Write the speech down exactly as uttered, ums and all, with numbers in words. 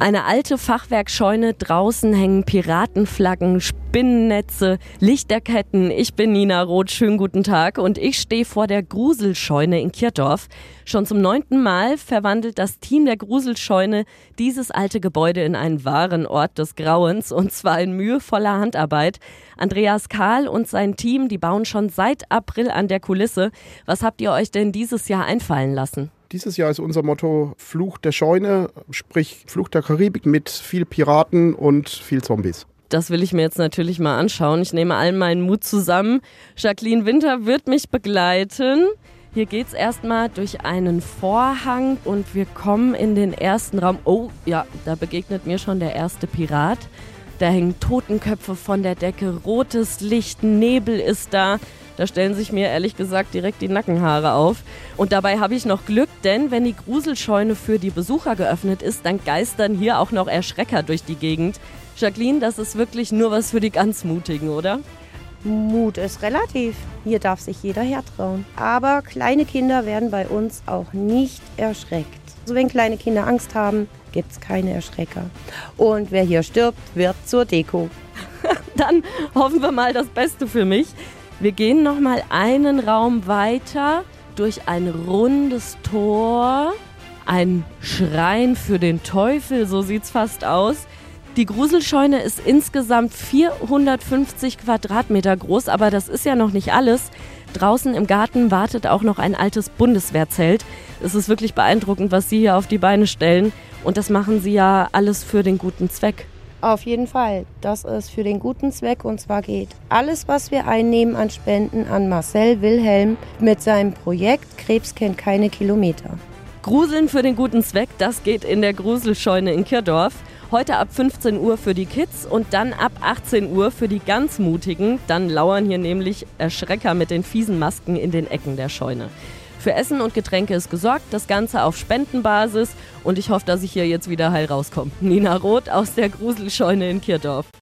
Eine alte Fachwerkscheune, draußen hängen Piratenflaggen, Spinnennetze, Lichterketten. Ich bin Nina Roth, schönen guten Tag und ich stehe vor der Gruselscheune in Kirchdorf. Schon zum neunten Mal verwandelt das Team der Gruselscheune dieses alte Gebäude in einen wahren Ort des Grauens und zwar in mühevoller Handarbeit. Andreas Kahl und sein Team, die bauen schon seit April an der Kulisse. Was habt ihr euch denn dieses Jahr einfallen lassen? Dieses Jahr ist unser Motto Fluch der Scheune, sprich Fluch der Karibik mit viel Piraten und viel Zombies. Das will ich mir jetzt natürlich mal anschauen. Ich nehme all meinen Mut zusammen. Jacqueline Winter wird mich begleiten. Hier geht's erstmal durch einen Vorhang und wir kommen in den ersten Raum. Oh, ja, da begegnet mir schon der erste Pirat. Da hängen Totenköpfe von der Decke, rotes Licht, Nebel ist da. Da stellen sich mir ehrlich gesagt direkt die Nackenhaare auf. Und dabei habe ich noch Glück, denn wenn die Gruselscheune für die Besucher geöffnet ist, dann geistern hier auch noch Erschrecker durch die Gegend. Jacqueline, das ist wirklich nur was für die ganz Mutigen, oder? Mut ist relativ. Hier darf sich jeder hertrauen. Aber kleine Kinder werden bei uns auch nicht erschreckt. Also wenn kleine Kinder Angst haben, gibt es keine Erschrecker. Und wer hier stirbt, wird zur Deko. Dann hoffen wir mal das Beste für mich. Wir gehen noch mal einen Raum weiter durch ein rundes Tor, ein Schrein für den Teufel, so sieht's fast aus. Die Gruselscheune ist insgesamt vierhundertfünfzig Quadratmeter groß, aber das ist ja noch nicht alles. Draußen im Garten wartet auch noch ein altes Bundeswehrzelt. Es ist wirklich beeindruckend, was Sie hier auf die Beine stellen. Und das machen Sie ja alles für den guten Zweck. Auf jeden Fall. Das ist für den guten Zweck und zwar geht alles, was wir einnehmen an Spenden, an Marcel Wilhelm mit seinem Projekt Krebs kennt keine Kilometer. Gruseln für den guten Zweck, das geht in der Gruselscheune in Kirchdorf. Heute ab fünfzehn Uhr für die Kids und dann ab achtzehn Uhr für die ganz Mutigen. Dann lauern hier nämlich Erschrecker mit den fiesen Masken in den Ecken der Scheune. Für Essen und Getränke ist gesorgt, das Ganze auf Spendenbasis und ich hoffe, dass ich hier jetzt wieder heil rauskomme. Nina Roth aus der Gruselscheune in Kirchdorf.